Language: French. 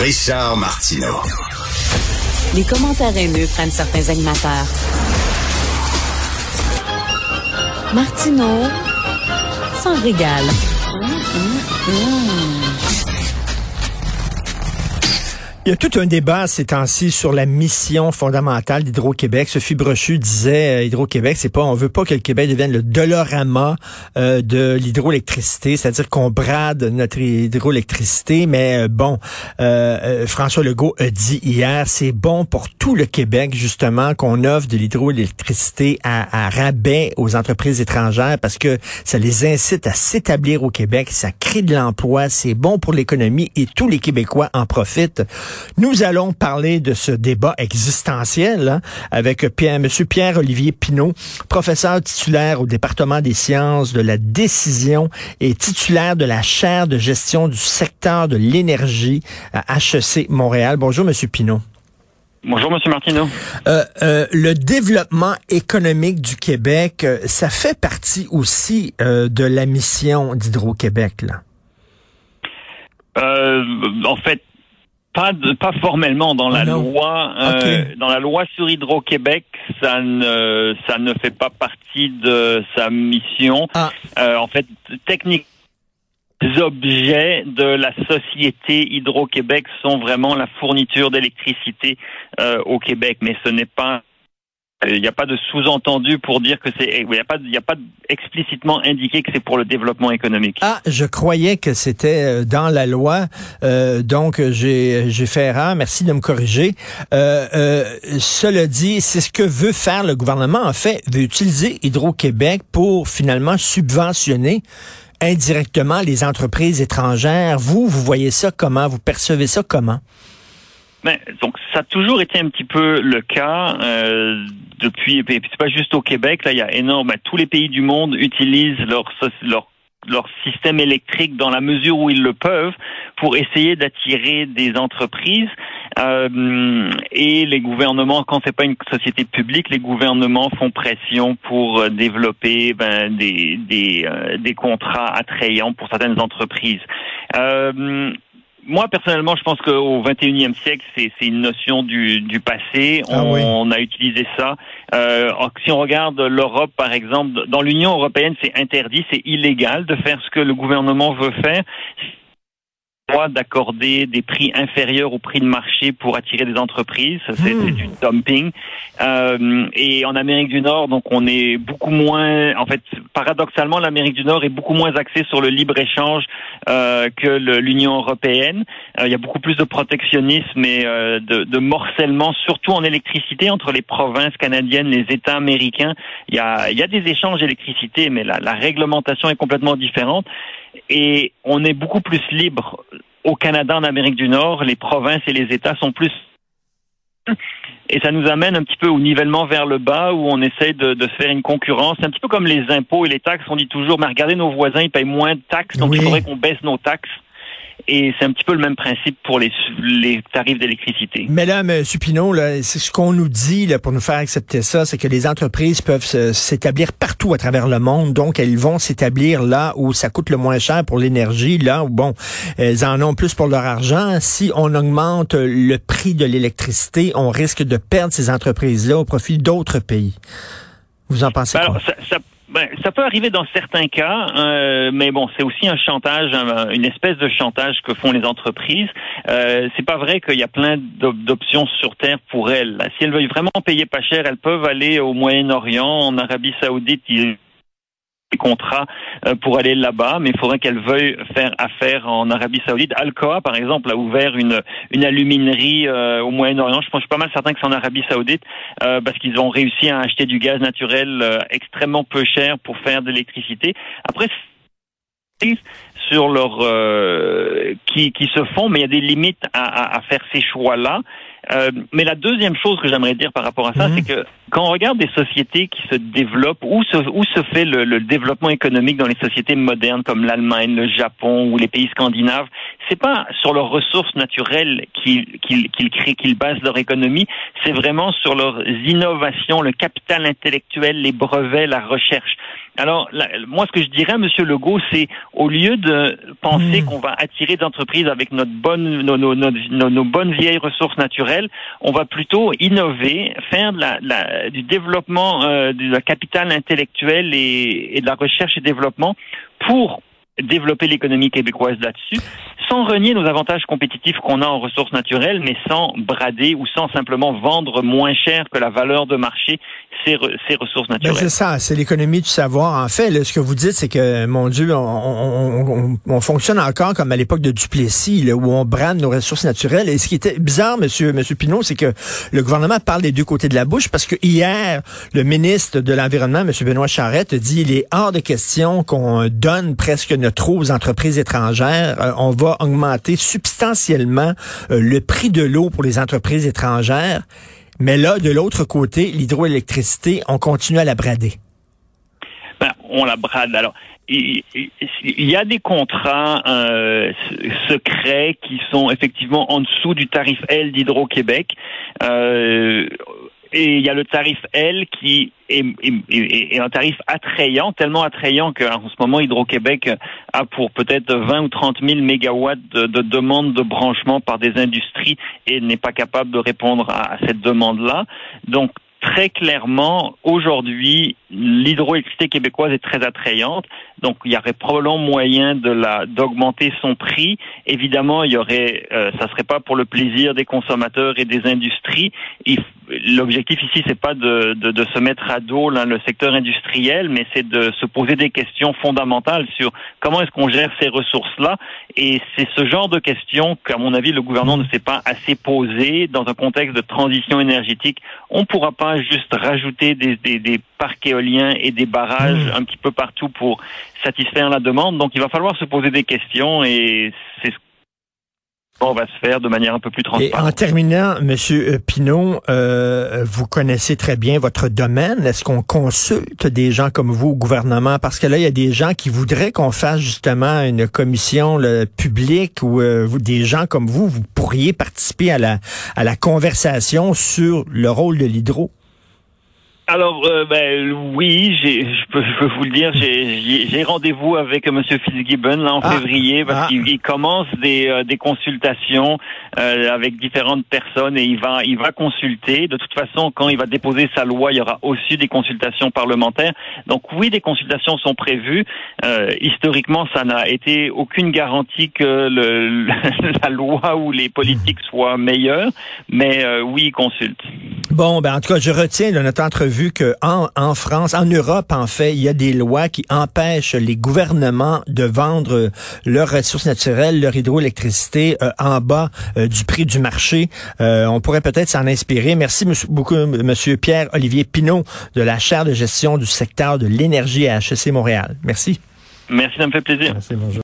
Richard Martineau. Les commentaires haineux prennent certains animateurs. Martineau s'en régale. Il y a tout un débat ces temps-ci sur la mission fondamentale d'Hydro-Québec. Sophie Brochu disait Hydro-Québec, on veut pas que le Québec devienne le Dolorama de l'hydroélectricité, c'est-à-dire qu'on brade notre hydroélectricité, mais François Legault a dit hier, c'est bon pour tout le Québec justement qu'on offre de l'hydroélectricité à rabais aux entreprises étrangères parce que ça les incite à s'établir au Québec, ça crée de l'emploi, c'est bon pour l'économie et tous les Québécois en profitent. Nous allons parler de ce débat existentiel avec M. Pierre-Olivier Pinault, professeur titulaire au département des sciences de la décision et titulaire de la chaire de gestion du secteur de l'énergie à HEC Montréal. Bonjour, M. Pinault. Bonjour, M. Martineau. Le développement économique du Québec, ça fait partie aussi de la mission d'Hydro-Québec, là. En fait, pas formellement dans la loi. Okay. Dans la loi sur Hydro-Québec, ça ne fait pas partie de sa mission. En fait, techniquement, les objets de la société Hydro-Québec sont vraiment la fourniture d'électricité au Québec, mais ce n'est pas. Il n'y a pas de sous-entendu pour dire que il n'y a pas explicitement indiqué que c'est pour le développement économique. Je croyais que c'était dans la loi, donc j'ai fait erreur. Merci de me corriger. Cela dit, c'est ce que veut faire le gouvernement. En fait, veut utiliser Hydro-Québec pour finalement subventionner indirectement les entreprises étrangères. Vous voyez ça comment? Vous percevez ça comment? Donc ça a toujours été un petit peu le cas depuis, et puis c'est pas juste au Québec, là il y a tous les pays du monde utilisent leur système électrique dans la mesure où ils le peuvent pour essayer d'attirer des entreprises et les gouvernements, quand c'est pas une société publique, les gouvernements font pression pour développer des contrats attrayants pour certaines entreprises. Moi, personnellement, je pense qu'au 21e siècle, c'est une notion du passé. On a utilisé ça. Si on regarde l'Europe, par exemple, dans l'Union européenne, c'est interdit, c'est illégal de faire ce que le gouvernement veut faire. D'accorder des prix inférieurs au prix de marché pour attirer des entreprises, c'est du dumping. Et en Amérique du Nord, donc on est beaucoup moins, en fait, paradoxalement, l'Amérique du Nord est beaucoup moins axée sur le libre-échange que l'Union européenne. Il y a beaucoup plus de protectionnisme et de morcellement, surtout en électricité, entre les provinces canadiennes, les États américains. Il y a des échanges d'électricité, mais la réglementation est complètement différente. Et on est beaucoup plus libre au Canada, en Amérique du Nord. Les provinces et les États sont plus... Et ça nous amène un petit peu au nivellement vers le bas où on essaie de faire une concurrence. C'est un petit peu comme les impôts et les taxes. On dit toujours, mais regardez, nos voisins, ils payent moins de taxes, donc il faudrait qu'on baisse nos taxes. Et c'est un petit peu le même principe pour les tarifs d'électricité. Mais là, M. Pinault, là, c'est ce qu'on nous dit là, pour nous faire accepter ça, c'est que les entreprises peuvent s'établir partout à travers le monde. Donc, elles vont s'établir là où ça coûte le moins cher pour l'énergie, là où, elles en ont plus pour leur argent. Si on augmente le prix de l'électricité, on risque de perdre ces entreprises-là au profit d'autres pays. Vous en pensez quoi? Ça peut arriver dans certains cas, mais c'est aussi un chantage, une espèce de chantage que font les entreprises. C'est pas vrai qu'il y a plein d'options sur Terre pour elles. Si elles veulent vraiment payer pas cher, elles peuvent aller au Moyen-Orient, en Arabie Saoudite, des contrats pour aller là-bas, mais il faudrait qu'elles veuillent faire affaire en Arabie Saoudite. Alcoa, par exemple, a ouvert une aluminerie au Moyen-Orient. Je suis pas mal certain que c'est en Arabie Saoudite, parce qu'ils ont réussi à acheter du gaz naturel extrêmement peu cher pour faire de l'électricité. Après, sur leur qui se font, mais il y a des limites à faire ces choix-là. Mais la deuxième chose que j'aimerais dire par rapport à ça, c'est que quand on regarde des sociétés qui se développent, où se fait le développement économique dans les sociétés modernes comme l'Allemagne, le Japon ou les pays scandinaves, c'est pas sur leurs ressources naturelles qu'ils basent leur économie, c'est vraiment sur leurs innovations, le capital intellectuel, les brevets, la recherche. Alors, moi, ce que je dirais à M. Legault, c'est au lieu de penser qu'on va attirer des entreprises avec nos bonnes vieilles ressources naturelles, on va plutôt innover, faire du développement de la capital intellectuelle et de la recherche et développement pour développer l'économie québécoise là-dessus, sans renier nos avantages compétitifs qu'on a en ressources naturelles, mais sans brader ou sans simplement vendre moins cher que la valeur de marché ces ressources naturelles. Ben c'est ça, c'est l'économie du savoir. En fait, là, ce que vous dites, c'est que, mon Dieu, on fonctionne encore comme à l'époque de Duplessis, là, où on brade nos ressources naturelles. Et ce qui était bizarre, Monsieur Pinault, c'est que le gouvernement parle des deux côtés de la bouche, parce que hier, le ministre de l'Environnement, M. Benoît Charette, dit il est hors de question qu'on donne presque notre eau aux entreprises étrangères. On va augmenter substantiellement le prix de l'eau pour les entreprises étrangères. Mais là, de l'autre côté, l'hydroélectricité, on continue à la brader. Ben, on la brade. Alors, il y a des contrats secrets qui sont effectivement en dessous du tarif L d'Hydro-Québec. Et il y a le tarif L qui est un tarif attrayant, tellement attrayant qu'en ce moment, Hydro-Québec a pour peut-être 20 ou 30 000 mégawatts de demandes de branchement par des industries et n'est pas capable de répondre à cette demande-là. Donc, très clairement, aujourd'hui, l'hydroélectricité québécoise est très attrayante. Donc, il y aurait probablement moyen d'augmenter son prix. Évidemment, il y aurait, ça serait pas pour le plaisir des consommateurs et des industries. L'objectif ici, c'est pas de se mettre à dos le secteur industriel, mais c'est de se poser des questions fondamentales sur comment est-ce qu'on gère ces ressources-là. Et c'est ce genre de questions qu'à mon avis, le gouvernement ne s'est pas assez posé dans un contexte de transition énergétique. On ne pourra pas juste rajouter des parcs éoliens et des barrages un petit peu partout pour satisfaire la demande. Donc, il va falloir se poser des questions et c'est ce qu'on va se faire de manière un peu plus transparente. Et en terminant, Monsieur Pinault, vous connaissez très bien votre domaine. Est-ce qu'on consulte des gens comme vous au gouvernement? Parce que là, il y a des gens qui voudraient qu'on fasse justement une commission publique où des gens comme vous pourriez participer à la conversation sur le rôle de l'hydro. Alors, oui, je peux vous le dire, j'ai rendez-vous avec M. Fitzgibbon là en février parce qu'il commence des consultations avec différentes personnes et il va consulter. De toute façon, quand il va déposer sa loi, il y aura aussi des consultations parlementaires. Donc oui, des consultations sont prévues. Historiquement, ça n'a été aucune garantie que la loi ou les politiques soient meilleures, mais oui, il consulte. Bon, en tout cas, je retiens de notre entrevue que en France, en Europe, en fait, il y a des lois qui empêchent les gouvernements de vendre leurs ressources naturelles, leur hydroélectricité en bas du prix du marché. On pourrait peut-être s'en inspirer. Merci beaucoup, Monsieur Pierre-Olivier Pinault de la chaire de gestion du secteur de l'énergie à HEC Montréal. Merci. Merci, ça me fait plaisir. Merci, bonjour.